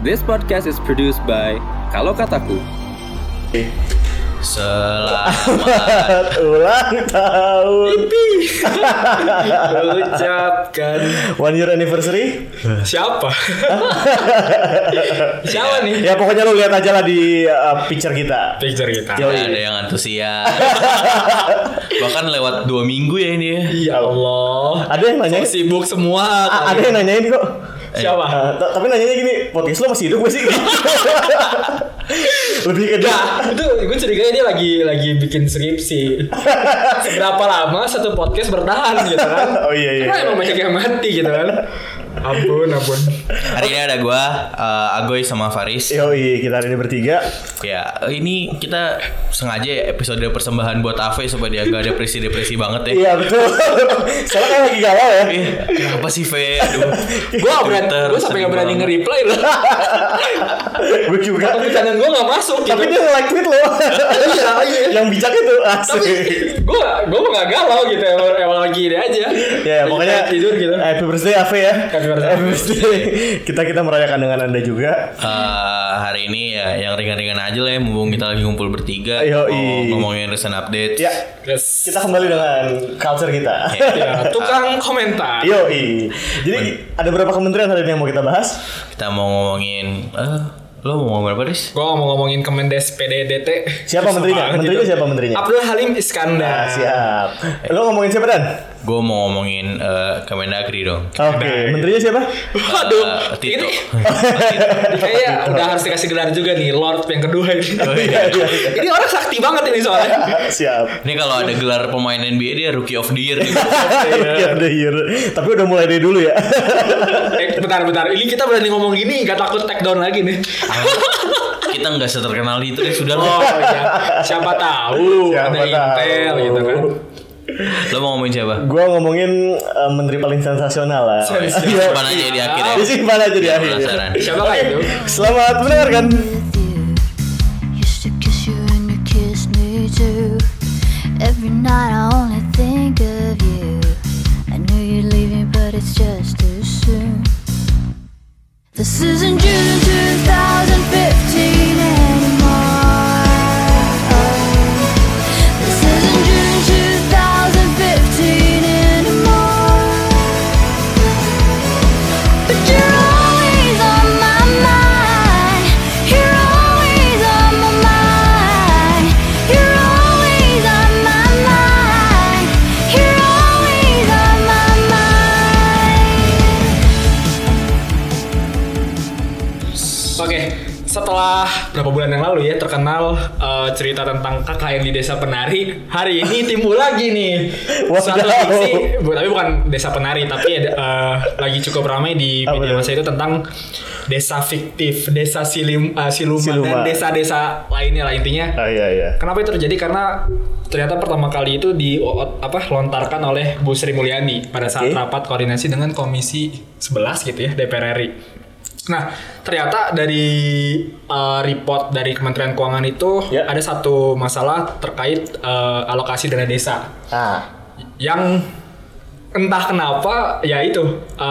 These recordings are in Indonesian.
This podcast is produced by Kalau Kataku. Selamat ulang tahun. Ucapkan 1 year anniversary. siapa? Siapa nih? Ya pokoknya lu lihat aja lah di picture kita. Picture kita. Yoi. Ada yang antusias. Bahkan lewat 2 minggu ya ini ya. Ya Allah. Ada yang nanyain. So sibuk semua. Ada yang nanyain kok. Siapa? Tapi nanyanya gini, podcast lo masih hidup gak sih? Lebih ke dia. Nah, itu gue curiganya dia lagi bikin skripsi. Seberapa lama satu podcast bertahan gitu kan? Oh iya. Karena emang banyak yang mati gitu kan. Ampun. Hari ini ada gua, Agoy sama Faris. Yoi, kita hari ini bertiga. Ya, ini kita sengaja ya episode persembahan buat Ave supaya dia gak depresi-depresi banget ya. Iya betul. Soalnya kayak lagi galau ya. Kenapa sih Ve? Aduh. Gue sampai gak berani nge-reply loh. Gue juga. Atau bercandaan gue gak masuk gitu. Tapi dia nge-like tweet lo. Iya. Yang bijak itu Tapi asik. gue gak galau gitu. Emang lagi ini aja. Ya Lagi pokoknya tidur gitu. Happy birthday Ave ya. Happy birthday. Kita merayakan dengan Anda juga. Hari ini ya yang ringan-ringan aja lah ya, mumpung kita lagi ngumpul bertiga. Yoi. Mau ngomongin recent update. Ya, Yes. kita kembali dengan culture kita. Ya, tukang komentar. Yoi. Jadi ada berapa kementerian hari ini yang mau kita bahas? Kita mau ngomongin lo mau ngomongin apa, Riz? Gue mau ngomongin Kemendes PDDT. Siapa menterinya? Menterinya siapa menterinya? Abdul Halim Iskandar. Siap. Lo ngomongin siapa Dan? Gue mau ngomongin Kemendagri dong. Oke, menterinya siapa? Waduh, Tito. ini kayaknya udah harus dikasih gelar juga nih, Lord yang kedua ini. Ini orang sakti banget ini soalnya. Siap. Ini kalau ada gelar pemain NBA dia Rookie of the Year. Rookie of the Year. Tapi udah mulai dari dulu ya. Bentar. Ini kita berani ngomong gini, gak takut take down lagi nih. Kita nggak seterkenal itu ya sudah Oh lah. iya, siapa tahu Siapa ada Intel tahu. gitu kan. Lo mau ngomongin siapa? Gua ngomongin menteri paling sensasional lah. Simpan aja di akhir ya. Disimpan aja di akhir. Penasaran. Siapa kan itu? Selamat mendengarkan. Used to kiss you and you kissed me too. Every night I only think of you. I knew you're leaving but it's just too soon. This isn't June 2015 anymore. This isn't June 2015 anymore. But you're always on my mind. You're always on my mind. You're always on my mind. You're always on my mind. Oke, setelah berapa bulan yang lalu ya terkenal cerita tentang kakak yang di Desa Penari, hari ini timbul lagi nih suatu Wadaw. fiksi, tapi bukan Desa Penari, tapi lagi cukup ramai di media massa itu tentang desa fiktif, desa siluman dan desa-desa lainnya lah intinya. Iya. Kenapa itu terjadi? Karena ternyata pertama kali itu lontarkan oleh Bu Sri Mulyani pada saat rapat koordinasi dengan Komisi 11 gitu ya DPR RI. Nah, ternyata dari report dari Kementerian Keuangan itu ada satu masalah terkait alokasi dana desa. Yang entah kenapa ya itu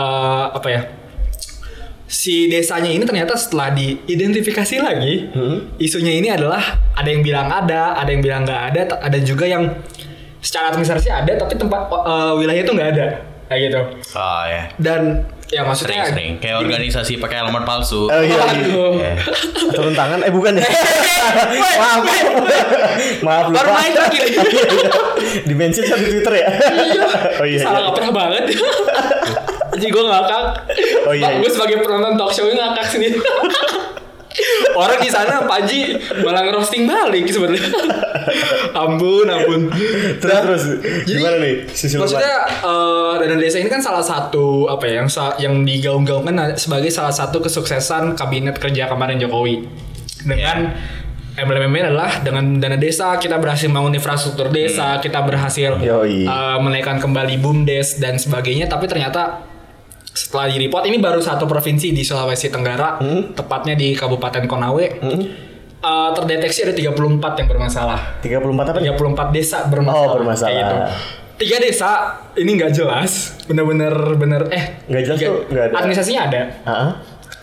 si desanya ini ternyata setelah diidentifikasi lagi, isunya ini adalah ada yang bilang ada yang bilang nggak ada juga yang secara administrasi ada tapi tempat wilayahnya itu nggak ada kayak gitu. Oh ya. Dan ya maksudnya Sering kayak organisasi pakai alamat palsu. Aduh. Turun tangan? Bukan ya? Maaf lupa. Baru main lagi. Dimensi di Twitter ya? Oh iya. Salah nggak pernah banget. Jadi gue ngakak. Oh iya. Gue sebagai penonton talk show ngakak sendiri. Orang di sana Panji malah ngerosting balik sebetulnya. Ampun. Terus gimana nih? Maksudnya dana desa ini kan salah satu yang digaung-gaungkan sebagai salah satu kesuksesan kabinet kerja kemarin Jokowi. Dengan emblem-emblemnya adalah dengan dana desa kita berhasil membangun infrastruktur desa, kita berhasil menaikkan kembali BUMDes dan sebagainya. Tapi ternyata setelah di-report ini baru satu provinsi di Sulawesi Tenggara, tepatnya di Kabupaten Konawe. Terdeteksi ada 34 yang bermasalah. 34 apa? 34 desa bermasalah. Oh, bermasalah. Kayak gitu. 3 desa ini nggak jelas, bener-bener nggak jelas tuh nggak ada. Administrasinya ada.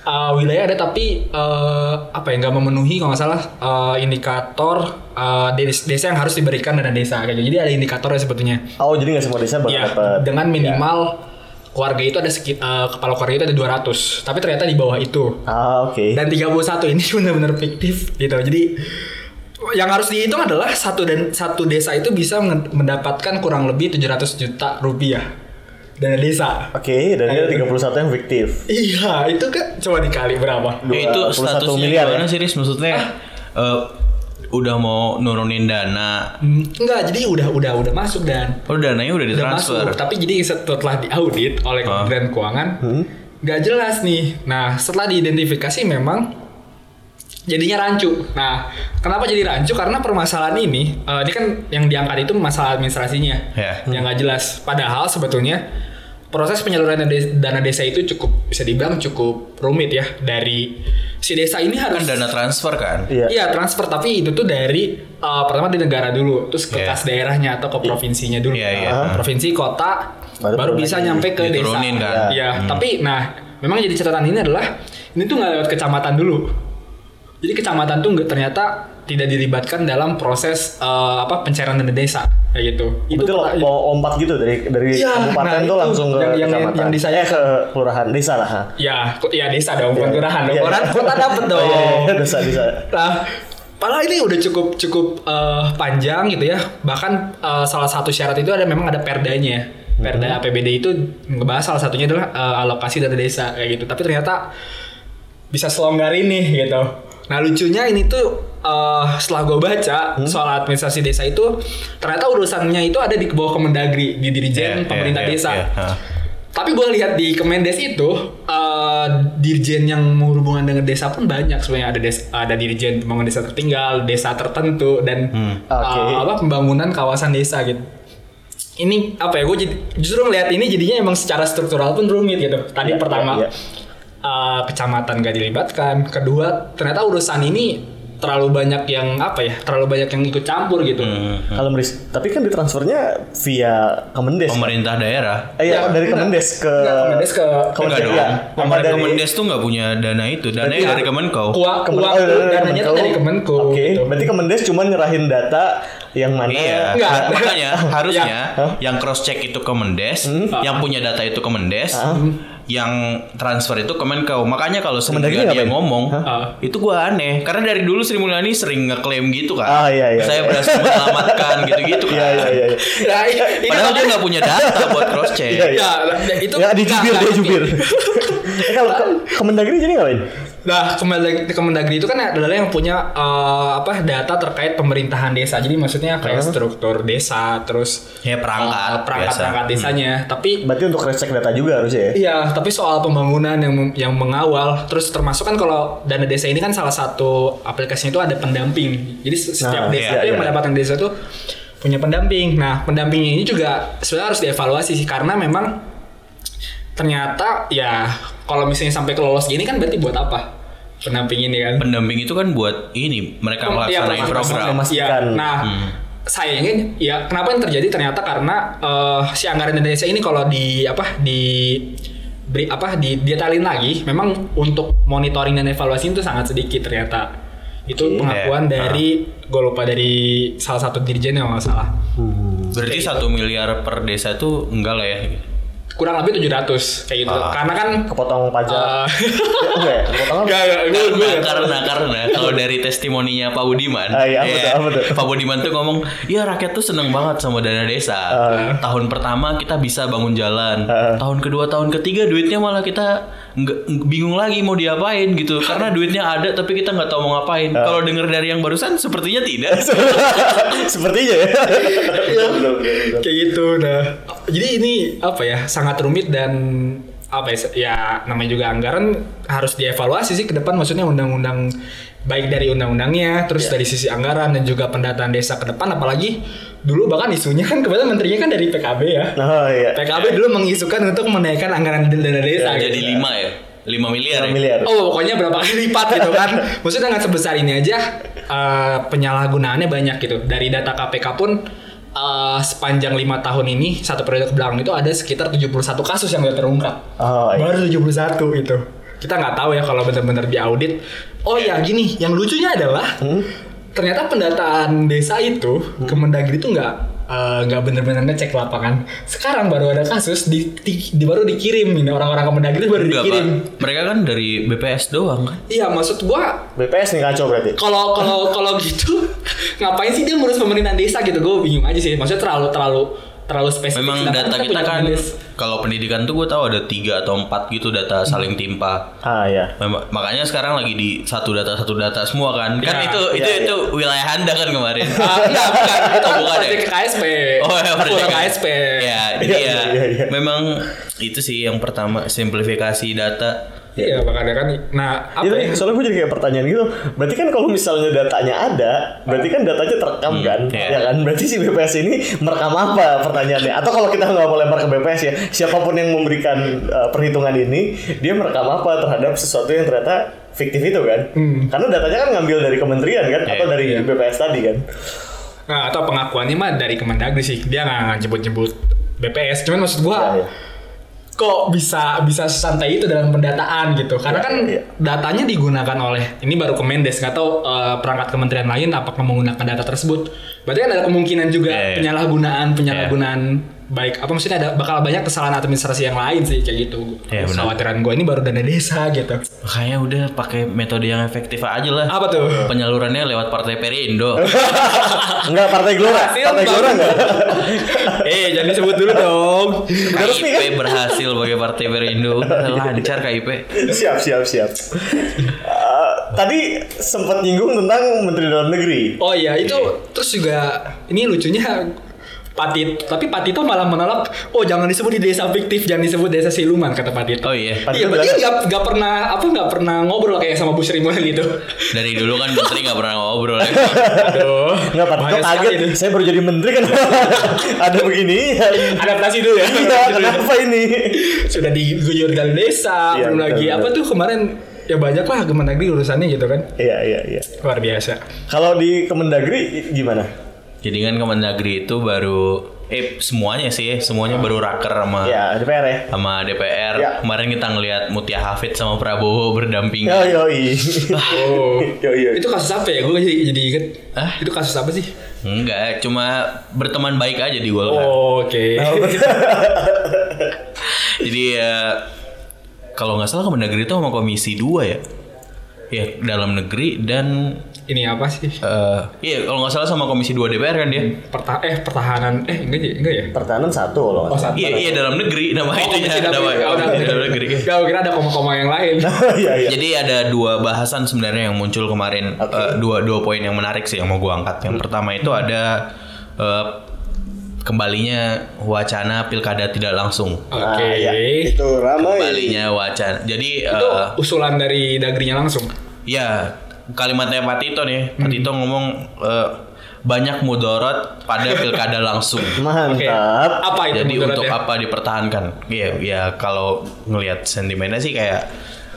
wilayah ada tapi apa ya nggak memenuhi kalau nggak salah indikator desa yang harus diberikan dana desa kayak gitu. Jadi ada indikatornya sebetulnya. Oh, jadi nggak semua desa bakal Iya, dapat. dengan minimal keluarga itu ada kepala keluarga itu ada 200, tapi ternyata di bawah itu. Oke. Dan 31 ini benar-benar fiktif gitu. Jadi yang harus dihitung adalah satu desa itu bisa mendapatkan kurang lebih 700 juta rupiah dana desa. Oke, dan ini 31 yang fiktif. Iya, itu kan coba dikali berapa? Itu 21 statusnya miliar gimana ya? sih, Riz? Maksudnya udah mau nurunin dana. Enggak, jadi udah masuk dan Oh, dananya udah udah ditransfer. masuk. Tapi jadi setelah diaudit oleh Kementerian Keuangan, nggak jelas nih. Nah, setelah diidentifikasi memang jadinya rancu. Nah, kenapa jadi rancu? Karena permasalahan ini kan yang diangkat itu masalah administrasinya, Ya. yang nggak jelas. Padahal sebetulnya proses penyaluran dana desa itu bisa dibilang cukup rumit ya. Dari si desa ini harus Kan dana transfer kan? Iya. Iya transfer, tapi itu tuh dari pertama di negara dulu, terus ke kas daerahnya atau ke provinsinya dulu. Iya, iya. Provinsi, kota, baru turun bisa lagi. nyampe ke desa. Diturunin kan? Iya. Tapi nah memang jadi catatan ini adalah ini tuh nggak lewat kecamatan dulu. Jadi kecamatan tuh ternyata tidak dilibatkan dalam proses pencairan dana desa kayak gitu. Itu lompat gitu dari Iya, kabupaten nah tuh itu langsung ke yang kecamatan. yang di saya ke kelurahan desa lah. Ha? Ya desa dong, bukan Iya. kelurahan dong. Iya, Kelurahan iya. kota dapet dong. Iya, desa. Nah, padahal ini udah cukup panjang gitu ya. Bahkan salah satu syarat itu memang ada perdanya. Perda APBD itu ngebahas salah satunya adalah alokasi dana desa kayak gitu. Tapi ternyata bisa selonggar ini gitu. Nah lucunya ini tuh setelah gue baca soal administrasi desa itu ternyata urusannya itu ada di bawah Kemendagri di Dirjen Pemerintah Desa. Tapi gue lihat di Kemendes itu dirjen yang berhubungan dengan desa pun banyak sebenarnya. Ada dirjen pembangunan desa tertinggal, desa tertentu dan pembangunan kawasan desa gitu. Ini apa ya? Gue justru ngelihat ini jadinya emang secara struktural pun rumit gitu. Tadi pertama kecamatan gak dilibatkan, kedua ternyata urusan ini terlalu banyak yang ikut campur gitu. Kalau tapi kan ditransfernya via Kemendes. Pemerintah daerah. Dari Kemendes ke Kemendes ke Enggak dong. dari Kemendes tuh nggak punya dana itu. Dananya dari Kemenko. uang dananya tuh dari Kemenko. Oke, gitu. berarti Kemendes cuma nyerahin data yang mana? Iya, Enggak. makanya harusnya yang cross check itu Kemendes, yang punya data itu Kemendes, yang transfer itu Kemenko. Makanya kalau Sri Kemendagri Mulyani ngapain? ngomong, itu gua aneh. Karena dari dulu Sri Mulyani sering ngeklaim gitu kan. Iya. Saya berhasil menyelamatkan gitu-gitu kan. Iya. Nah, ini Padahal dia nggak punya data buat cross check. Iya. itu Ya dijubir nggak, dia ngerti. jubir. Kalau Kemendagri jadi ngapain? Nah, Kemendagri itu kan adalah yang punya data terkait pemerintahan desa. Jadi maksudnya kayak struktur desa, terus Ya perangkat perangkat desanya. Tapi Berarti untuk recek data juga harusnya ya? iya, tapi soal pembangunan yang mengawal, terus termasuk kan kalau dana desa ini kan salah satu aplikasinya itu ada pendamping. Jadi setiap desa itu yang mendapatkan desa itu punya pendamping. Nah, pendampingnya ini juga sebenarnya harus dievaluasi sih karena memang ternyata ya kalau misalnya sampai lolos gini kan berarti buat apa? Pendamping ini kan. Pendamping itu kan buat ini mereka melaksanain program. Memastikan. Nah, sayangnya ya kenapa yang terjadi ternyata karena si anggaran dana desa ini kalau dietalin lagi memang untuk monitoring dan evaluasi itu sangat sedikit ternyata. Itu pengakuan dari gue lupa dari salah satu dirjen yang nggak salah. Berarti 1 miliar per desa itu enggak lah ya. Kurang lebih 700 kayak gitu. Karena kan Kepotong pajak. Kepotong apa? Karena kalau dari testimoninya Pak Budiman, betul. Pak Budiman tuh ngomong, ya rakyat tuh seneng banget sama dana desa. Tahun pertama kita bisa bangun jalan, tahun kedua, tahun ketiga duitnya malah kita bingung lagi mau diapain gitu, karena duitnya ada tapi kita nggak tahu mau ngapain. Kalau denger dari yang barusan, sepertinya tidak. Sepertinya ya. Kayak gitu. Nah, jadi ini apa ya? Sangat rumit dan ya namanya juga anggaran harus dievaluasi sih ke depan, maksudnya undang-undang baik dari undang-undangnya terus dari sisi anggaran dan juga pendataan desa ke depan, apalagi dulu bahkan isunya kan kebetulan menterinya kan dari PKB ya. PKB dulu mengisukan untuk menaikkan anggaran dana desa Jadi 5 miliar ya? Oh pokoknya berapa kali lipat gitu kan. Maksudnya dengan sebesar ini aja penyalahgunaannya banyak gitu. Dari data KPK pun sepanjang 5 tahun ini satu periode kebelakang itu ada sekitar 71 kasus yang udah terungkap. Baru 71 itu. kita nggak tahu ya kalau benar-benar diaudit. Oh ya gini, yang lucunya adalah ternyata pendataan desa itu Kemendagri itu nggak benar-benar ngecek lapangan. Sekarang baru ada kasus baru dikirim ini orang-orang Kemendagri itu baru Enggak, dikirim. Pak. Mereka kan dari BPS doang kan. Iya, maksud gua BPS nih kacau berarti. kalau gitu ngapain sih dia ngurus pemerintahan desa gitu? Gue bingung aja sih. Maksudnya terlalu spesifik. Memang Sedangkan data kita punya kan Kemendes. kalau pendidikan tuh gue tahu ada 3 atau 4 gitu data saling timpa. Ya. Makanya sekarang lagi di satu data semua kan. Kan Ya, itu wilayah Anda kan kemarin. Enggak, bukan. Itu bukan project ya? ke KSP. Oh ya, Full KSP. Ya, jadi Iya, ya iya. memang itu sih yang pertama, simplifikasi data. Iya, makanya kan. Nah, apa Iya, ya? soalnya gue jadi kayak pertanyaan gitu. Berarti kan kalau misalnya datanya ada, berarti kan datanya terekam kan? iya. Ya kan? Berarti si BPS ini merekam apa pertanyaannya? Atau kalau kita nggak mau lempar ke BPS ya, siapapun yang memberikan perhitungan ini, dia merekam apa terhadap sesuatu yang ternyata fiktif itu kan? Karena datanya kan ngambil dari kementerian kan? Atau dari BPS tadi kan? Nah, atau pengakuannya mah dari Kemendagri sih. Dia nggak nyebut-nyebut BPS. Cuman maksud gua Ya. kok bisa santai itu dalam pendataan gitu. Karena kan datanya digunakan oleh ini baru Kemendes, nggak tahu perangkat kementerian lain apakah menggunakan data tersebut. Berarti kan ada kemungkinan juga penyalahgunaan baik apa maksudnya bakal banyak kesalahan administrasi yang lain sih kayak gitu. Iya, benar. Khawatiran gue ini baru dana desa gitu. Makanya udah pakai metode yang efektif aja lah. Apa tuh? Penyalurannya lewat Partai Perindo. Enggak, Partai Gelora. Berhasil, Partai Bang. Gelora enggak? Jangan disebut dulu dong. KIP berhasil bagi Partai Perindo. Udah lancar KIP. Siap. Tadi sempat nyinggung tentang Menteri Dalam Negeri. Oh iya, itu terus juga ini lucunya Tapi Pak Tito malah menolak. Oh, jangan disebut di desa fiktif, jangan disebut desa siluman, kata Pak Tito. Oh iya. Iya, berarti nggak pernah ngobrol kayak sama Bu Sri Mulyani gitu. Dari dulu kan menteri nggak pernah ngobrol ya. Aduh. Enggak, Pak Tito bahaya sekali kaget. itu. Saya baru jadi menteri kan. Ada begini. Adaptasi dulu ya. Iya, kenapa ini? Sudah diguyur dari desa, Iya, belum betul, lagi betul. apa tuh kemarin ya banyak lah Kemendagri urusannya gitu kan. Iya. Luar biasa. Kalau di Kemendagri gimana? Jadi kan Kemendagri itu baru semuanya baru raker sama Ya, DPR ya. sama DPR. Ya. Kemarin kita ngelihat Mutia Hafid sama Prabowo berdampingan. Yoi. Oh. Yoi. Itu kasus apa ya? Gue jadi inget. Hah? Itu kasus apa sih? Enggak, cuma berteman baik aja di Golkar. Oh, oke. Jadi kalau nggak salah Kemendagri itu sama Komisi 2 ya. Ya, dalam negeri dan Ini apa sih? iya kalau nggak salah sama Komisi 2 DPR kan dia. Pertahanan enggak ya? Pertahanan satu loh. Satu. Iya dalam negeri nama itunya dalam negeri. Gak kira ada koma-koma yang lain. Iya. Jadi ada 2 bahasan sebenarnya yang muncul kemarin. Dua poin yang menarik sih yang mau gua angkat. Yang pertama itu ada kembalinya wacana pilkada tidak langsung. Oke. Ya, itu ramai. Kembalinya wacana. Jadi Itu usulan dari Dagrinya langsung. ya kalimatnya Pak Tito nih. Pak Tito ngomong banyak mudorot pada pilkada langsung. Mantap. Oke. Apa itu Jadi mudaratnya? untuk apa dipertahankan? Ya kalau ngelihat sentimennya sih kayak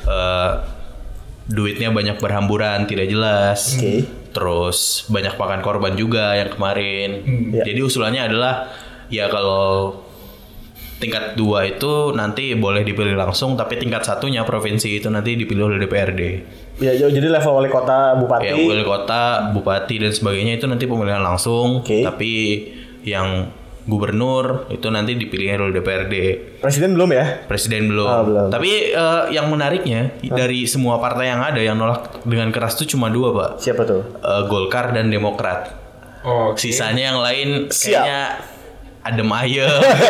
duitnya banyak berhamburan, tidak jelas. Oke. Terus banyak makan korban juga yang kemarin. Ya. Jadi usulannya adalah ya kalau tingkat 2 itu nanti boleh dipilih langsung, tapi tingkat 1-nya provinsi itu nanti dipilih oleh DPRD. Ya, jadi level wali kota, bupati. Ya wali kota, bupati dan sebagainya itu nanti pemilihan langsung. Oke. Tapi yang gubernur itu nanti dipilih oleh DPRD. Presiden belum ya? Presiden belum. Belum. Tapi yang menariknya dari semua partai yang ada yang nolak dengan keras itu cuma 2 Pak. Siapa tuh? Golkar dan Demokrat. Oh, Sisanya yang lain Siap. kayaknya adem ayem.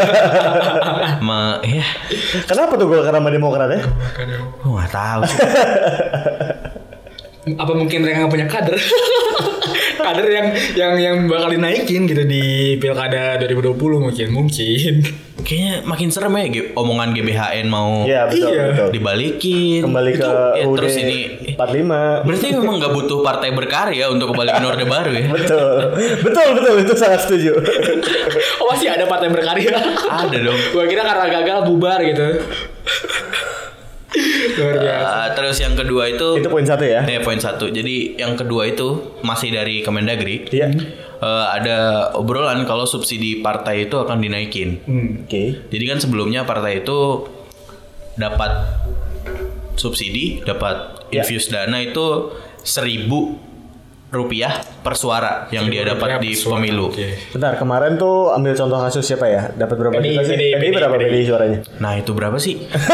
Ya, Kenapa tuh Golkar sama Demokrat ya? gue nggak tahu sih. apa mungkin mereka nggak punya kader? Kader yang bakal dinaikin gitu di pilkada 2020 mungkin. Kayaknya makin serem ya omongan GBHN mau Iya, betul, Iya. betul. dibalikin. Kembali Itu, ke ya, UUD terus ini 45. berarti memang nggak butuh partai berkarya untuk kembali ke Orde Baru ya. Betul, itu sangat setuju. Oh, masih ada partai berkarya? Ada dong. Gua kira karena gagal bubar gitu. Luar biasa. Terus yang kedua itu Itu poin 1 ya. poin 1. Jadi yang kedua itu masih dari Kemendagri. Iya. Ada obrolan kalau subsidi partai itu akan dinaikin. Oke. Jadi kan sebelumnya partai itu dapat subsidi, dapat infuse dana itu 1.000 rupiah per suara yang dia dapat di pemilu. Bentar, kemarin tuh ambil contoh kasus siapa ya? Dapat berapa juta sih? PDI berapa PDI suaranya? Nah itu berapa sih?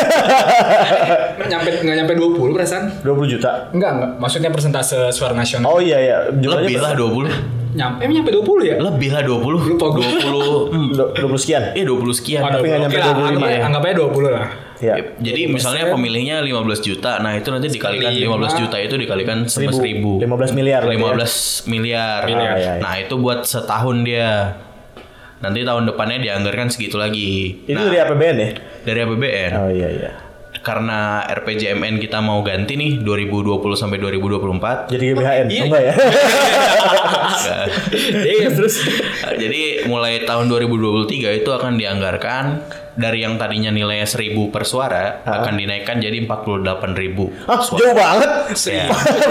Nggak nyampe 20 perasaan. 20 juta? Enggak. Maksudnya persentase suara nasional. Oh iya. Lebih lah 20. Nyampe 20 ya? Lebih lah 20. Lupa gue. 20 sekian? Iya 20 sekian. Tapi nggak nyampe 25 ya? Anggap aja 20 lah. Ya. Jadi misalnya pemilihnya 15 juta, nah itu nanti dikalikan 15 juta itu dikalikan sama 1.000. 15 miliar. 15 miliar. Iya. Nah itu buat setahun dia. Nanti tahun depannya dianggarkan segitu lagi. Itu dari APBN ya? Dari APBN. Oh iya. Karena RPJMN kita mau ganti nih 2020 sampai 2024. Jadi GBHN? Iya. Enggak ya? Iya terus. Jadi mulai tahun 2023 itu akan dianggarkan dari yang tadinya nilainya 1.000 per suara akan dinaikkan jadi 48.000. Hah, jauh banget. Ya,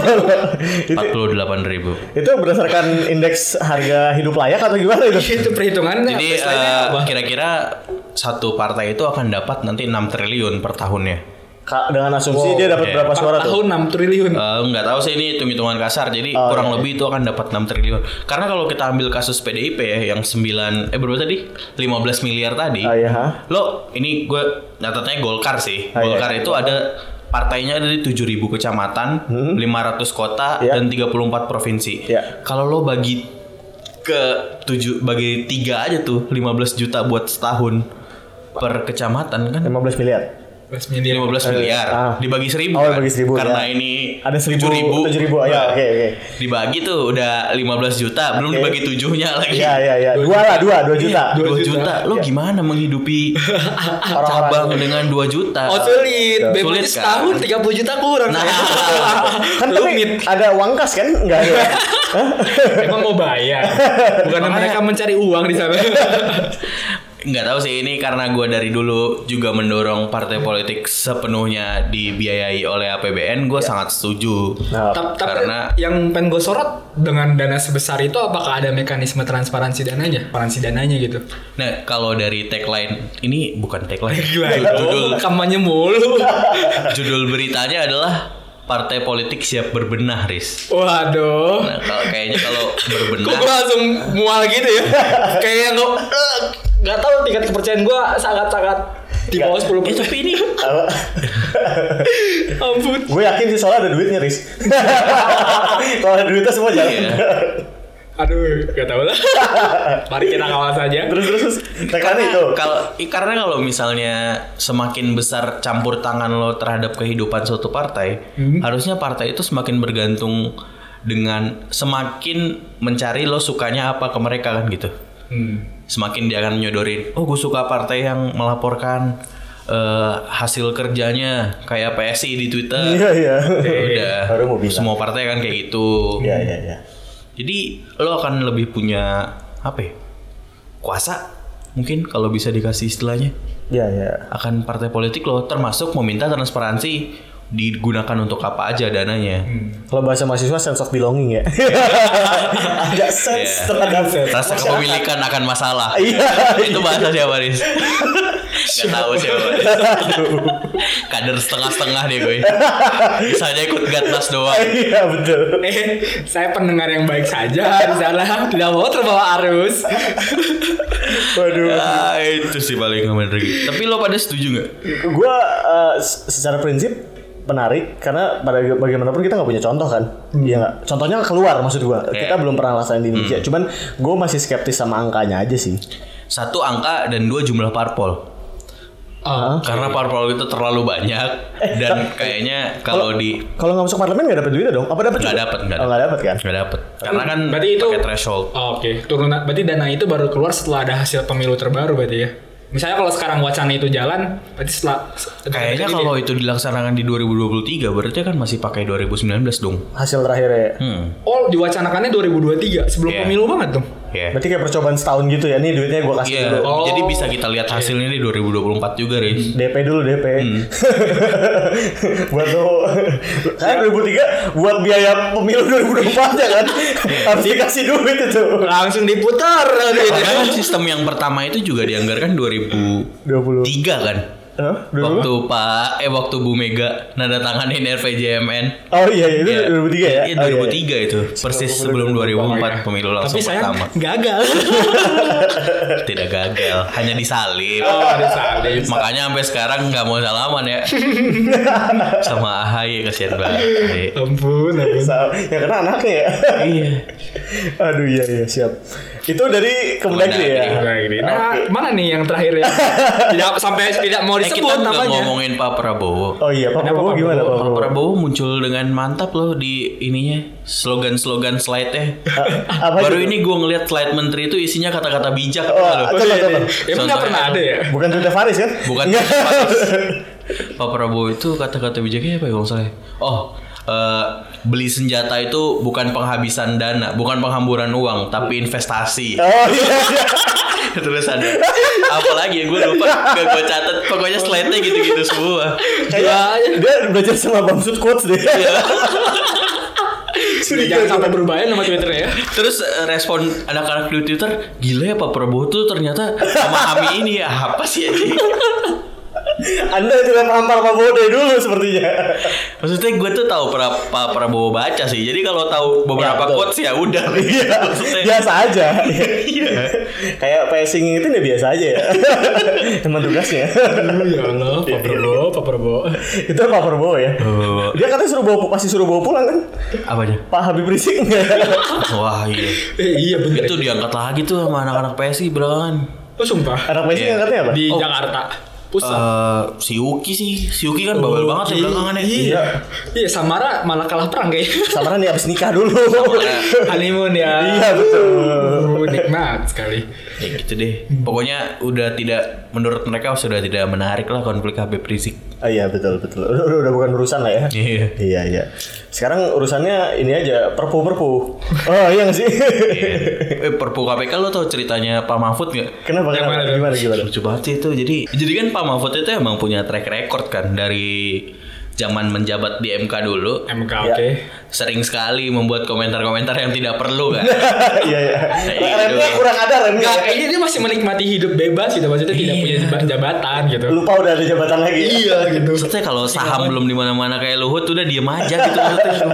48.000. Itu berdasarkan indeks harga hidup layak atau gimana itu? Itu perhitungannya. Jadi kira-kira satu partai itu akan dapat nanti 6 triliun per tahunnya. Dengan asumsi dia dapat berapa suara tuh? Tahun 6 triliun. Nggak tahu sih, ini hitung-hitungan kasar. Jadi kurang lebih itu akan dapat 6 triliun. Karena kalau kita ambil kasus PDIP ya yang 9 berapa tadi? 15 miliar tadi. Iya. Lo ini gue nyatetnya Golkar sih. Golkar itu ada partainya ada di 7.000 kecamatan, 500 kota dan 34 provinsi. Kalau lo bagi ke 7 3 aja tuh 15 juta buat setahun per kecamatan kan 15 miliar. 15 miliar dibagi 1.000 kan? Bagi 1.000 karena ini ada 7.000 ya, oke. Dibagi tuh udah 15 juta belum dibagi 7-nya lagi. Iya. 2 juta. 2 juta. Lo gimana menghidupi cabang dengan 2 juta? Oh sulit. Sulit kan? Setahun 30 juta kurang. Kan tapi ada uang kas kan? Enggak ada. Emang mau bayar. Bukan mereka mencari uang di sana. Nggak tahu sih, ini karena gue dari dulu juga mendorong partai politik sepenuhnya dibiayai oleh APBN, gue sangat setuju. Tapi karena yang pengen gue sorot dengan dana sebesar itu apakah ada mekanisme transparansi dananya gitu. Nah kalau dari tagline ini bukan tagline, judul kampanye mulu. Judul beritanya adalah partai politik siap berbenah, Riz. Waduh. Nah, kayaknya kalau berbenah. Kok gue langsung mual gitu ya? Kayak nggak tahu tingkat kepercayaan gue sangat-sangat di bawah 10%. Tapi ini ampun. Gue yakin sih soalnya ada duitnya, Riz. Kalau ada duitnya semua jalan. Aduh, gak tau lah. Mari kita kawal saja. Terus tekannya itu. Karena kalau misalnya semakin besar campur tangan lo terhadap kehidupan suatu partai, harusnya partai itu semakin bergantung dengan semakin mencari lo sukanya apa ke mereka kan gitu. Semakin dia akan nyodorin, oh gue suka partai yang melaporkan hasil kerjanya kayak PSI di Twitter. Iya. Udah. Baru mau bilang. Semua partai kan kayak gitu. Iya. Jadi lo akan lebih punya apa ya? Kuasa mungkin kalau bisa dikasih istilahnya. Iya. Akan partai politik lo termasuk meminta transparansi digunakan untuk apa aja dananya. Kalau bahasa mahasiswa sense of belonging ya. Ada sense terhadap rasa kepemilikan akan masalah. Iya. Itu bahasa siapa, Riz? Gak tahu siapa. Kader setengah-setengah deh gue. Misalnya ikut Gatnas doang. Iya betul. Saya pendengar yang baik saja di sana, tidak mau terbawa arus. Waduh. Itu sih paling bener. Tapi lo pada setuju nggak? Gue secara prinsip menarik karena pada bagaimanapun kita nggak punya contoh kan. Iya nggak. Contohnya keluar maksud gue. Kita belum pernah laksanain di Indonesia. Cuman gue masih skeptis sama angkanya aja sih. 1 angka dan 2 jumlah parpol. Karena parpol itu terlalu banyak dan kayaknya kalau nggak masuk parlemen nggak dapat duitnya dong? Apa dapat? Nggak dapat kan? Nggak dapat. Karena kan berarti itu pakai threshold. Oke. Turunan. Berarti dana itu baru keluar setelah ada hasil pemilu terbaru berarti ya. Misalnya kalau sekarang wacana itu jalan, berarti setelah kayaknya kalau itu dilaksanakan di 2023 berarti kan masih pakai 2019 dong. Hasil terakhirnya. Oh, diwacanakannya 2023 sebelum pemilu banget dong. Berarti kayak percobaan setahun gitu ya. Nih duitnya gue kasih dulu. Jadi bisa kita lihat hasilnya di 2024 juga, Riz. DP dulu DP. Buat lo kan 2003 buat biaya pemilu 2024 ya kan. Harus dikasih duit itu. Langsung diputar. Karena sistem yang pertama itu juga dianggarkan 2023 kan. Waktu waktu Bu Mega nada tanganin RPJMN. Oh iya itu 2003 ya. Iya 2003 itu. Persis sebelum 2004 pemilu langsung Tapi sayang pertama. gagal. Tidak gagal, hanya disalib. Disalib. Makanya sampai sekarang nggak mau salaman ya. Sama AHY kasihan banget. Ampun. Yang kena anaknya ya. Iya. Aduh iya siap. Itu dari Kemendagri ya. Nah, mana nih yang terakhir ya? Tidak mau Kita disebut nggak namanya. ngomongin Pak Prabowo. Oh iya, Pak Kenapa Prabowo Pak gimana Pak Pak Prabowo? Prabowo muncul dengan mantap loh di ininya slogan-slogan slide-nya. Apa Baru itu? ini gue ngeliat slide menteri itu isinya kata-kata bijak. Oh, gitu loh. coba. Emang nggak pernah ada ya? Bukan Twitter Faris kan? Bukan Enggak. Pak Prabowo itu kata-kata bijaknya apa ya kalau salah? Beli senjata itu bukan penghabisan dana, bukan penghamburan uang, tapi investasi. Oh iya. Terus ada apa lagi ya gue lupa, gak gue catat. Pokoknya slide-nya gitu-gitu semua. Kayak dia belajar sama Bamsud Quotes deh. Jangan sampai berubah ya nama Twitternya ya. Terus respon anak-anak di Twitter, gila ya Pak Prabowo tuh ternyata memahami ini ya. Apa sih aja? Anda tidak paham Pak Prabowo dari dulu sepertinya. Maksudnya gue tuh tahu Pak Prabowo baca sih. Jadi kalau tahu beberapa betul. quotes ya udah. Iya, Maksudnya biasa aja. Iya. Kayak passing itu udah biasa aja ya. Emang tugasnya. Ya Allah, Pak Prabowo. Itu Pak Prabowo ya. Dia katanya pasti suruh bawa pulang kan? Apanya? Pak Habib Rizik enggak? Wah iya. Iya bener. Itu diangkat lagi tuh sama anak-anak PSI belakangan. Oh sumpah. Anak Messi angkatnya apa? Di Jakarta Pusat. Si Yuki kan bawel banget ya belakangan ya. Iya, Samara malah kalah perang kayaknya. Samaran dia habis nikah dulu. Honeymoon ya. Iya betul. Nikmat sekali. Ya gitu deh. Pokoknya menurut mereka sudah tidak menarik lah konflik Habib Rizik. Oh iya betul. Udah bukan urusan lah ya. Iya. Iya. Sekarang urusannya ini aja perpu. Oh iya nggak sih? Perpu KPK lo tau ceritanya Pak Mahfud nggak? Kenapa? Gimana? Lucu banget sih itu. Jadi kan Pak Mahfud itu emang punya track record kan dari zaman menjabat di MK dulu. MK Ya. oke. Sering sekali membuat komentar-komentar yang tidak perlu kan. Iya. Iya, Remnya kurang ada remnya. Enggak, kayaknya dia masih menikmati hidup bebas gitu. Maksudnya tidak punya jabatan gitu. Lupa udah ada jabatan lagi. Iya gitu. Maksudnya kalau saham belum di mana-mana kayak Luhut udah diem aja gitu maksudnya.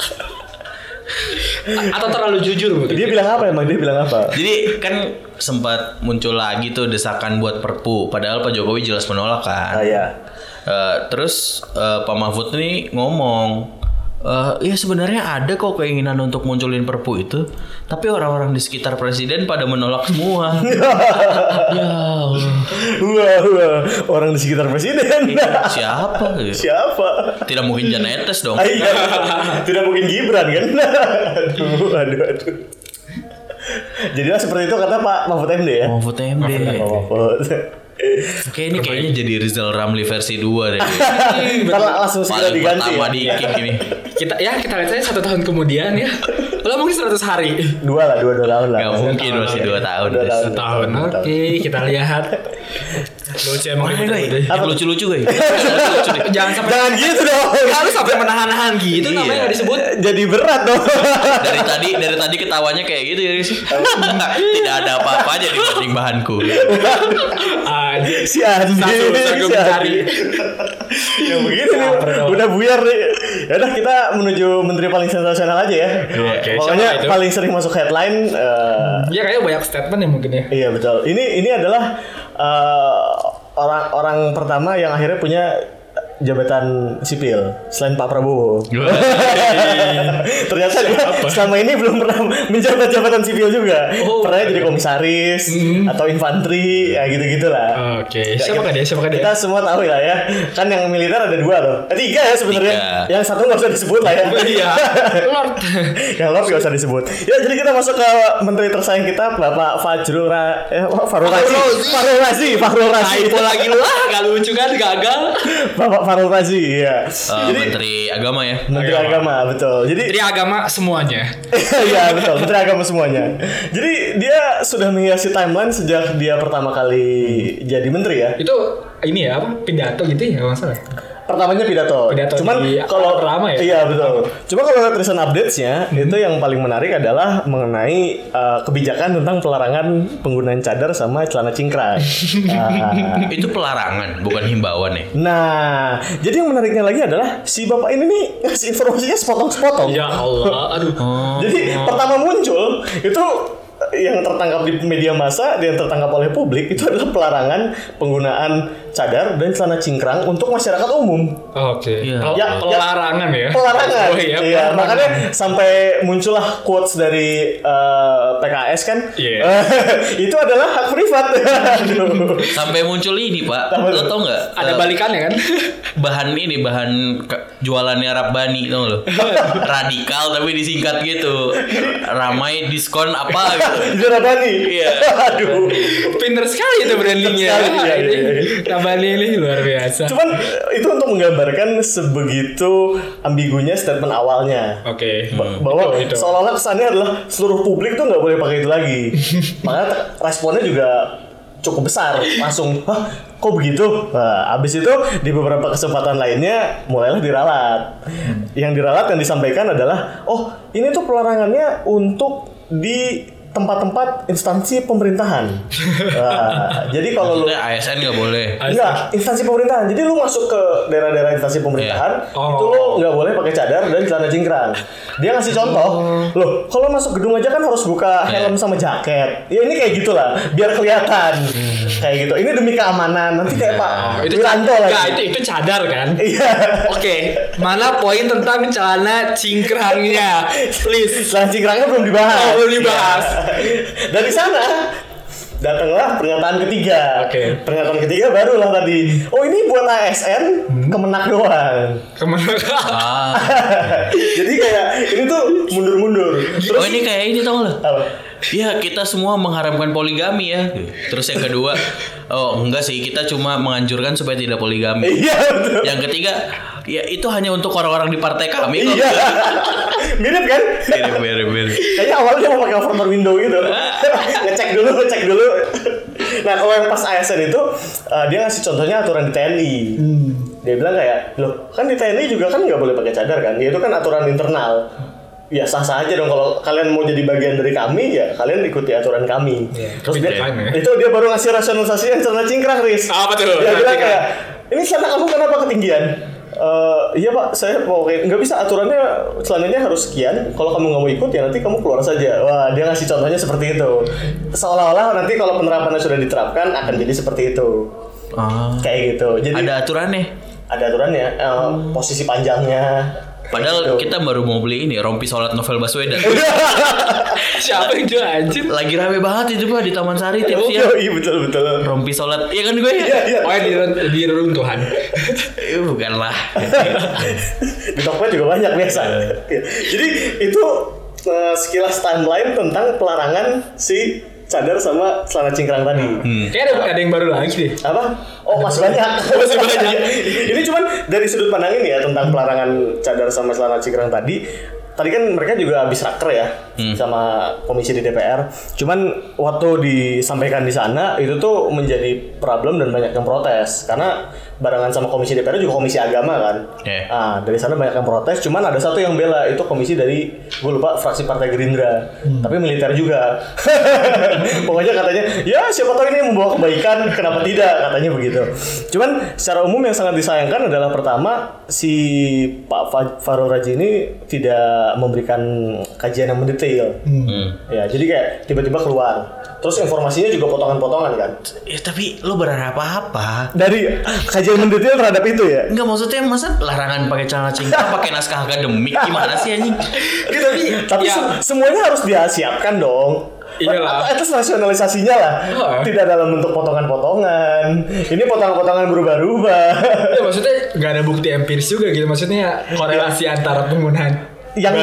Atau terlalu jujur begitu. Dia bilang apa emang? Dia bilang apa? Jadi kan sempat muncul lagi tuh desakan buat perpu, padahal Pak Jokowi jelas menolak kan. Ah iya. Terus Pak Mahfud nih ngomong, ya sebenarnya ada kok keinginan untuk munculin perpu itu, tapi orang-orang di sekitar presiden pada menolak semua. Ya Allah. Wah, orang di sekitar presiden. Siapa? Siapa? Tidak mungkin Jan Etes dong. Ah, iya. Tidak mungkin Gibran kan? Aduh. Jadilah seperti itu kata Pak Mahfud MD ya. Mahfud MD. Pak Mahfud. Kayaknya jadi Rizal Ramli versi 2 deh. Ntar langsung segera Paling diganti pertama ya. di kick ini. Kita lihat saja 1 tahun kemudian ya. Lo mungkin 100 hari. 2 tahun lah. Gak mungkin masih 2 tahun. 2 tahun. Tahun. Oke, kita lihat. Lucu emang gitu. Yang lucu-lucu gue. Jangan sampai Jangan gitu dong. harus sampai menahan-nahan gitu Iya. namanya nggak disebut. Jadi berat dong. Dari tadi ketawanya kayak gitu ya. Tidak ada apa-apanya dibanding bahanku. Si Andi. Gue mencari. Ya begini nih. Udah buyar nih. Ya udah kita menuju menteri paling sensasional aja ya. Oke, Pokoknya siapa itu? paling sering masuk headline. Ya kayaknya banyak statement ya mungkin ya. Iya betul. Ini adalah orang pertama yang akhirnya punya jabatan sipil selain Pak Prabowo. Ternyata dia selama ini belum pernah menjabat jabatan sipil juga. Pernah jadi komisaris atau infanteri, ya gitu-gitulah. Oke. Siapakah dia? Kita semua tahu lah ya. Kan yang militer ada 2 loh. 3 ya sebenarnya. 3. Yang 1 nggak usah disebut lah ya. Iya. Lord. Yang Lord nggak usah disebut. Ya jadi kita masuk ke menteri tersayang kita Bapak Fahrul Razi. Typo lagi lu gak lucu kan, gagal. Bapak Fahrul Razi ya. Jadi Menteri Agama ya. Menteri Agama betul. Jadi Menteri Agama semuanya. iya betul, Menteri Agama semuanya. Jadi dia sudah menghiasi timeline sejak dia pertama kali jadi menteri ya. Itu ini ya apa? Pidato gitu ya, enggak masalah. Pertamanya pidato. Cuman di kalau pertama ya. Iya betul. Cuma kalau lihat recent updates-nya itu yang paling menarik adalah mengenai kebijakan tentang pelarangan penggunaan cadar sama celana cingkrang. Itu pelarangan, bukan himbauan ya. Nah, jadi yang menariknya lagi adalah si bapak ini nih ngasih informasinya sepotong-sepotong. Ya Allah, aduh. Jadi pertama muncul itu yang tertangkap di media massa dan tertangkap oleh publik itu adalah pelarangan penggunaan cadar dan celana cingkrang untuk masyarakat umum. Oke. Iya. Pelarangan ya. Pelarangan. Oh iya, Iya, pelarangan. makanya sampai muncullah quotes dari PKS kan. Iya. Itu adalah hak privat. Aduh. Sampai muncul ini Pak, Apa lo tuh? tau nggak? Ada balikannya kan? Bahan jualannya Rabbani tau nggak lo? Radikal tapi disingkat gitu. Ramai diskon apa gitu. Itu Rabani. Iya. Aduh. Pinter sekali itu brandingnya. Pinter sekali, iya. Rabani ini luar biasa. Cuman itu untuk menggambarkan sebegitu ambigunya statement awalnya. Oke. Bahwa Itu. seolah-olah kesannya adalah seluruh publik tuh nggak boleh pakai itu lagi. Makanya responnya juga cukup besar. Langsung, hah kok begitu? Nah, abis itu di beberapa kesempatan lainnya mulailah diralat. Yang diralat yang disampaikan adalah, oh ini tuh pelarangannya untuk di tempat-tempat instansi pemerintahan. Nah, jadi kalau lu Maksudnya ASN nggak boleh. enggak, instansi pemerintahan. Jadi lu masuk ke daerah-daerah instansi pemerintahan, Oh. itu lu nggak boleh pakai cadar dan celana cingkrang. Dia ngasih contoh, loh, kalau masuk gedung aja kan harus buka helm sama jaket. Ya ini kayak gitulah, biar kelihatan. Kayak gitu. Ini demi keamanan. Nanti kayak Pak Wiranto lagi. Enggak, itu cadar kan? Iya. Oke, mana poin tentang celana cingkrangnya? Please. Celana cingkrangnya belum dibahas. Oh, belum dibahas. Dari sana datanglah pernyataan ketiga. Oke. Pernyataan ketiga barulah tadi. Oh ini buat ASN Kemenak doang. Kemana? Ah. Jadi kayak ini tuh mundur-mundur. Oh ini kayak ini tau nggak? Apa? Ya kita semua mengharamkan poligami ya. Terus yang kedua, oh enggak sih, kita cuma menganjurkan supaya tidak poligami. Iya betul. Yang ketiga, ya itu hanya untuk orang-orang di partai kami kok. Iya. Mirip kan? Mirip. Kayaknya awalnya mau pakai overboard window gitu. ngecek dulu. Nah kalau yang pas ASN itu dia ngasih contohnya aturan di TNI. Dia bilang kayak, loh kan di TNI juga kan nggak boleh pakai cadar kan? Ya, itu kan aturan internal. Ya sah-sah aja dong kalau kalian mau jadi bagian dari kami ya kalian ikuti aturan kami. Terus dia, ya. itu dia baru ngasih rasionalisasi yang celana cingkrang, Riz. Apa tuh? Dia Celana bilang cingkrang. kayak, ini celana kamu kenapa ketinggian? Iya Pak, saya mau nggak bisa, aturannya celananya harus sekian. Kalau kamu nggak mau ikut ya nanti kamu keluar saja. Wah dia ngasih contohnya seperti itu. Seolah-olah nanti kalau penerapannya sudah diterapkan akan jadi seperti itu. Kayak gitu. Jadi Ada aturannya. ada aturannya, posisi panjangnya. Padahal Gitu. kita baru mau beli ini rompi sholat novel Baswedan. Siapa yang jual anjir? Lagi rame banget itu Pak di Taman Sari tiap siang. Iya betul. Rompi sholat, iya kan gue ya? Iya. Oh yang di reruntuhan. Bukan lah. Di Tokped juga banyak biasa. Iya. Jadi itu sekilas timeline tentang pelarangan si cadar sama celana cingkrang tadi. Kayaknya ada yang baru lagi deh. Apa? Oh masih banyak. Masih banyak. Ini cuman dari sudut pandang ini ya tentang pelarangan cadar sama celana cingkrang tadi. Tadi kan mereka juga habis raker ya sama komisi di DPR. Cuman waktu disampaikan di sana itu tuh menjadi problem dan banyak yang protes karena barengan sama komisi DPR juga komisi agama kan. Nah, dari sana banyak yang protes. Cuman ada satu yang bela, itu komisi dari gue lupa fraksi Partai Gerindra, tapi militer juga. Pokoknya katanya ya siapa tahu ini membawa kebaikan, kenapa tidak, katanya begitu. Cuman secara umum yang sangat disayangkan adalah pertama si Pak Fahrul Razi ini tidak memberikan kajian yang mendetail. Ya, jadi kayak tiba-tiba keluar. Terus informasinya juga potongan-potongan kan. Ya tapi lo berharap apa? Dari kajian mendetail terhadap itu ya. Enggak, maksudnya masa larangan pakai celana cingkrang pakai naskah akademik gimana sih anjing? Tapi Ya. semuanya harus disiapkan dong. Iyalah. Itu rasionalisasinya lah. Tidak dalam bentuk potongan-potongan. Ini potongan-potongan berubah-ubah. Ya, maksudnya nggak ada bukti empiris juga gitu. Maksudnya korelasi antara penggunaan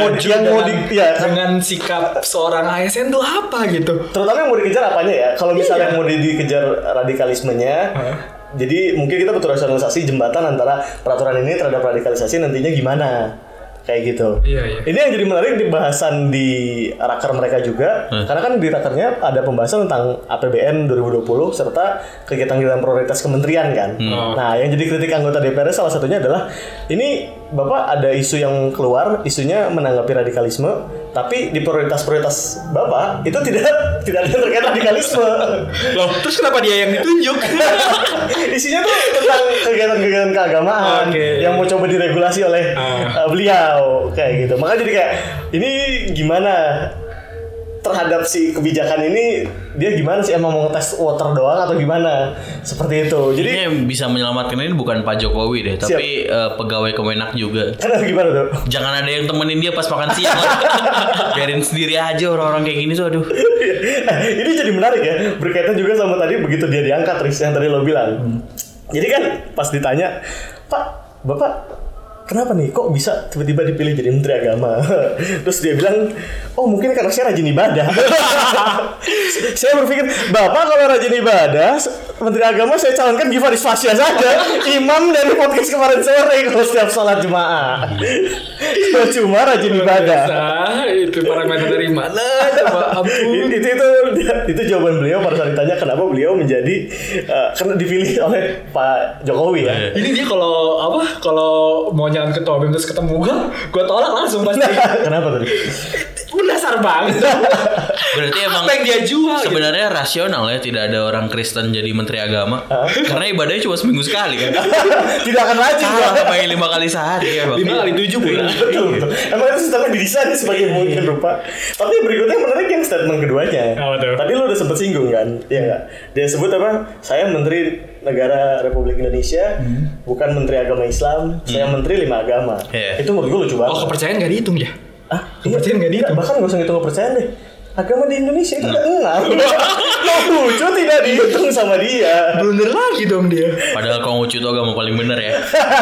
dengan sikap seorang ASN tuh apa gitu. Terutama yang mau dikejar apanya ya? Kalau misalnya yang mau dikejar radikalismenya, jadi mungkin kita butuh rasionalisasi jembatan antara peraturan ini terhadap radikalisasi nantinya gimana. kayak gitu. Iya. Ini yang jadi menarik di bahasan di raker mereka juga, karena kan di rakernya ada pembahasan tentang APBN 2020 serta kegiatan-kegiatan prioritas kementerian kan. Nah, yang jadi kritik anggota DPR salah satunya adalah ini Bapak ada isu yang keluar, isunya menanggapi radikalisme, tapi di prioritas-prioritas Bapak itu tidak ada yang terkait radikalisme. Loh, terus kenapa dia yang ditunjuk? Isinya tuh tentang kegiatan-kegiatan keagamaan yang mau coba diregulasi oleh beliau kayak gitu. Makanya jadi kayak ini gimana terhadap si kebijakan ini, dia gimana sih, emang mau ngetes water doang atau gimana seperti itu. Jadi ini yang bisa menyelamatkan ini bukan Pak Jokowi deh, tapi pegawai Kemenak juga. Kenapa gimana tuh? Jangan ada yang temenin dia pas makan siang lah. Biarin sendiri aja orang-orang kayak gini tuh, aduh. Ini jadi menarik ya, berkaitan juga sama tadi begitu dia diangkat, Riz, yang tadi lo bilang. Jadi kan pas ditanya, Pak, Bapak kenapa nih kok bisa tiba-tiba dipilih jadi Menteri Agama? Terus dia bilang, oh mungkin karena saya rajin ibadah. Saya berpikir, Bapak kalau rajin ibadah, Menteri Agama saya calonkan Gifaris Fasya saja, imam dari podcast kemarin sore kalau setiap sholat Jumat. Kalau cuma rajin ibadah. Itu parameter dari mana? Coba ampun. Itu jawaban beliau pada saat ditanya kenapa beliau menjadi karena dipilih oleh Pak Jokowi ya. Ini dia kalau mau jalan ketua BEM terus ketemu gue tolak langsung pasti. Kenapa tadi? Mendasar banget. Berarti emang apa yang dia jual sebenarnya rasional ya, tidak ada orang Kristen jadi Menteri Agama. Karena ibadahnya cuma seminggu sekali kan. Tidak akan rajin. Salah kepengen 5 kali sehari ya, Bang. 5 kali 7 bulan. Betul. Emang itu sistemnya didesain sebagai mungkin rupa. Tapi berikutnya menarik yang statement keduanya. Tadi lu udah sempet singgung kan? Iya nggak? Dia sebut apa? Saya Menteri Negara Republik Indonesia, bukan Menteri Agama Islam. Saya Menteri 5 agama. Itu menurut gue lucu banget. Oh, kepercayaan gak dihitung ya? Kepercayaan nggak dihitung. Bahkan nggak usah ngitung kepercayaan deh. Agama di Indonesia itu ada 6. Lucu tidak dihitung sama dia. Blunder lagi dong dia. Padahal Konghucu itu agama paling bener ya.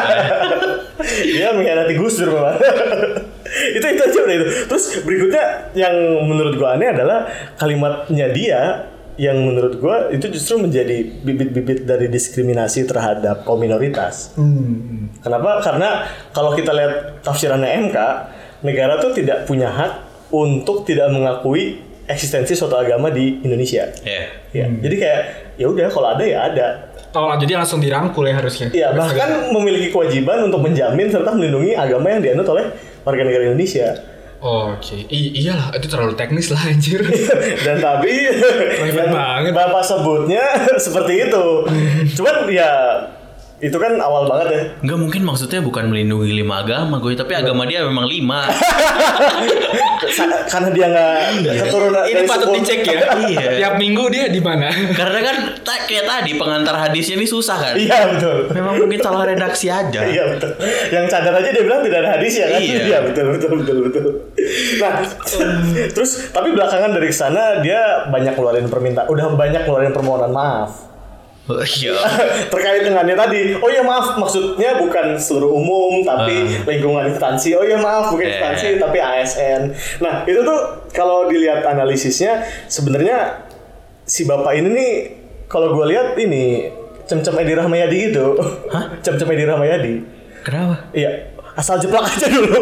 Dia mengkhianati Gus Dur memang. itu aja udah itu. Terus berikutnya yang menurut gua aneh adalah kalimatnya dia yang menurut gua itu justru menjadi bibit-bibit dari diskriminasi terhadap kaum minoritas. Kenapa? Karena kalau kita lihat tafsirannya MK, negara tuh tidak punya hak untuk tidak mengakui eksistensi suatu agama di Indonesia. Ya. Jadi kayak ya udah kalau ada ya ada. Oh, jadi langsung dirangkul ya harusnya. Iya, bahkan memiliki kewajiban untuk menjamin serta melindungi agama yang dianut oleh warga negara Indonesia. Oke. Iyalah, itu terlalu teknis lah anjir. Dan tapi banget. Bapak sebutnya seperti itu. Cuman ya itu kan awal banget ya. Enggak, mungkin maksudnya bukan melindungi 5 agama gue, tapi agama dia memang 5. Karena dia nggak keturunan. Ini patut dicek ya. Iya. Tiap minggu dia di mana? Karena kan kayak tadi pengantar hadisnya ini susah kan. Iya betul. Memang mungkin salah redaksi aja. Iya betul. Yang cadar aja dia bilang tidak ada hadis ya kan. Iya. Betul. Nah terus tapi belakangan dari sana dia banyak keluarin permintaan, udah banyak keluarin permohonan maaf. Oh, iya. Terkait dengannya tadi. Oh iya maaf, maksudnya bukan seluruh umum tapi lingkungan instansi. Oh iya maaf, bukan instansi tapi ASN. Nah itu tuh kalau dilihat analisisnya sebenarnya si bapak ini nih kalau gue lihat ini cem-cem Edi Rahmayadi gitu. Hah? Cem-cem Edi Rahmayadi. Kenapa? Iya, asal jeplak aja dulu.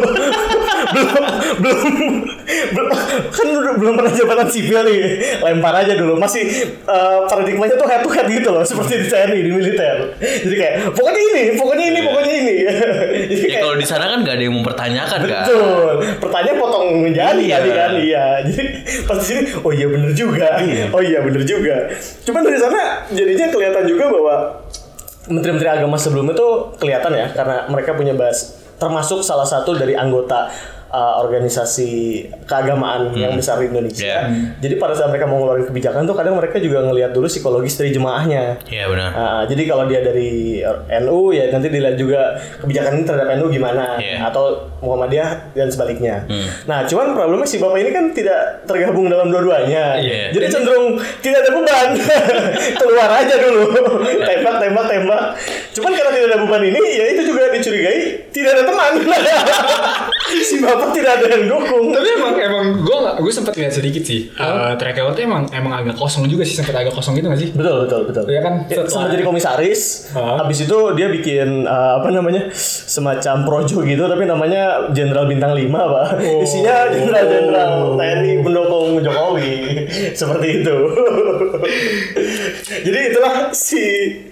belum kan belum pernah jabatan sipil nih, lempar aja dulu. Masih paradigmanya tuh head to head gitu loh, seperti di TNI, di militer. Jadi kayak pokoknya ini. Jadi ya kalau di sana kan gak ada yang mempertanyakan kan. Betul. Pertanyaan potong menjadi kan. Iya. Jadi pas di sini oh iya bener juga. Cuman dari sana jadinya kelihatan juga bahwa menteri-menteri agama sebelumnya tuh kelihatan ya, karena mereka punya termasuk salah satu dari anggota organisasi keagamaan yang besar di Indonesia. Jadi pada saat mereka mau ngeluarin kebijakan tuh kadang mereka juga ngelihat dulu psikologis dari jemaahnya. Iya benar. Jadi kalau dia dari NU ya nanti dilihat juga kebijakan ini terhadap NU gimana, atau Muhammadiyah dan sebaliknya. Nah cuman problemnya si bapak ini kan tidak tergabung dalam dua-duanya. Jadi cenderung tidak ada beban. Keluar aja dulu. tembak. Cuman karena tidak ada beban ini ya itu juga dicurigai tidak ada teman. Si kenapa tidak ada yang dukung? Tapi emang gue sempat lihat sedikit sih. Track record emang agak kosong juga sih, sempat agak kosong gitu nggak sih? Betul. Iya kan? Sama jadi komisaris. Habis itu dia bikin semacam projo gitu, tapi namanya Jenderal Bintang 5 Pak. Isinya jenderal TNI mendukung Jokowi. Seperti itu. Jadi itulah si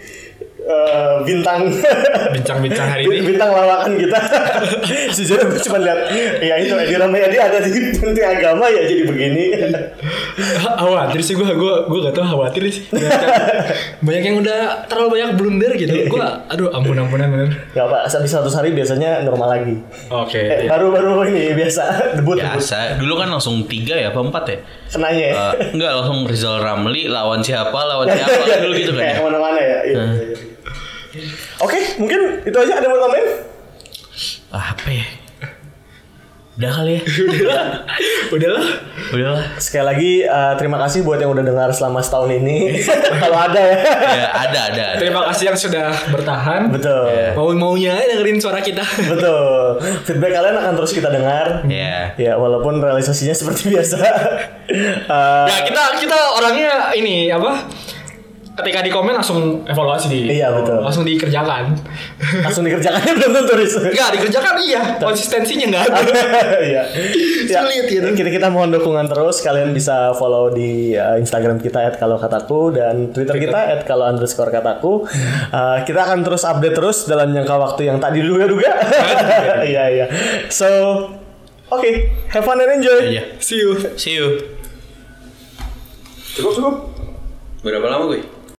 bincang hari ini, bintang lawakan kita. Sejujurnya gue cuma lihat ya itu Edi Rahmayadi ada di Menteri Agama ya jadi begini. Khawatir sih gue gak tau, khawatir sih. Banyak yang udah terlalu banyak blunder gitu. Gue ampunan bener. Gak apa, habis 100 hari biasanya normal lagi. Oke. Baru ini biasa debut. Biasa. Dulu kan langsung 3 ya apa 4 ya? Kenanya ya? Enggak, langsung Rizal Ramli lawan siapa dulu gitu kan. Kayak kemana-mana ya. Iya. Oke, mungkin itu aja. Ada mau tambahin? Apa ya? Udah kali ya. Udahlah. Sekali lagi terima kasih buat yang udah dengar selama setahun ini. Kalau ada ya. Ya, ada. Terima kasih yang sudah bertahan. Betul. Yeah. Mau-maunya dengerin suara kita. Betul. Feedback kalian akan terus kita dengar. Iya. Ya, walaupun realisasinya seperti biasa. Ya kita orangnya ini apa? Ketika di komen langsung evaluasi Iya, betul. Langsung dikerjakan. Langsung dikerjakannya belum tentu Riz. Enggak dikerjakan iya. Konsistensinya enggak ada. Iya. Sulit gitu. Kita mohon dukungan terus. Kalian bisa follow di Instagram kita @kalokataku dan Twitter kita @kalo_kataku. Kita akan terus update terus dalam jangka waktu yang tak diduga-duga. Iya. So, okay. Have fun and enjoy. Iya. See you. Cukup. Berapa lama gue?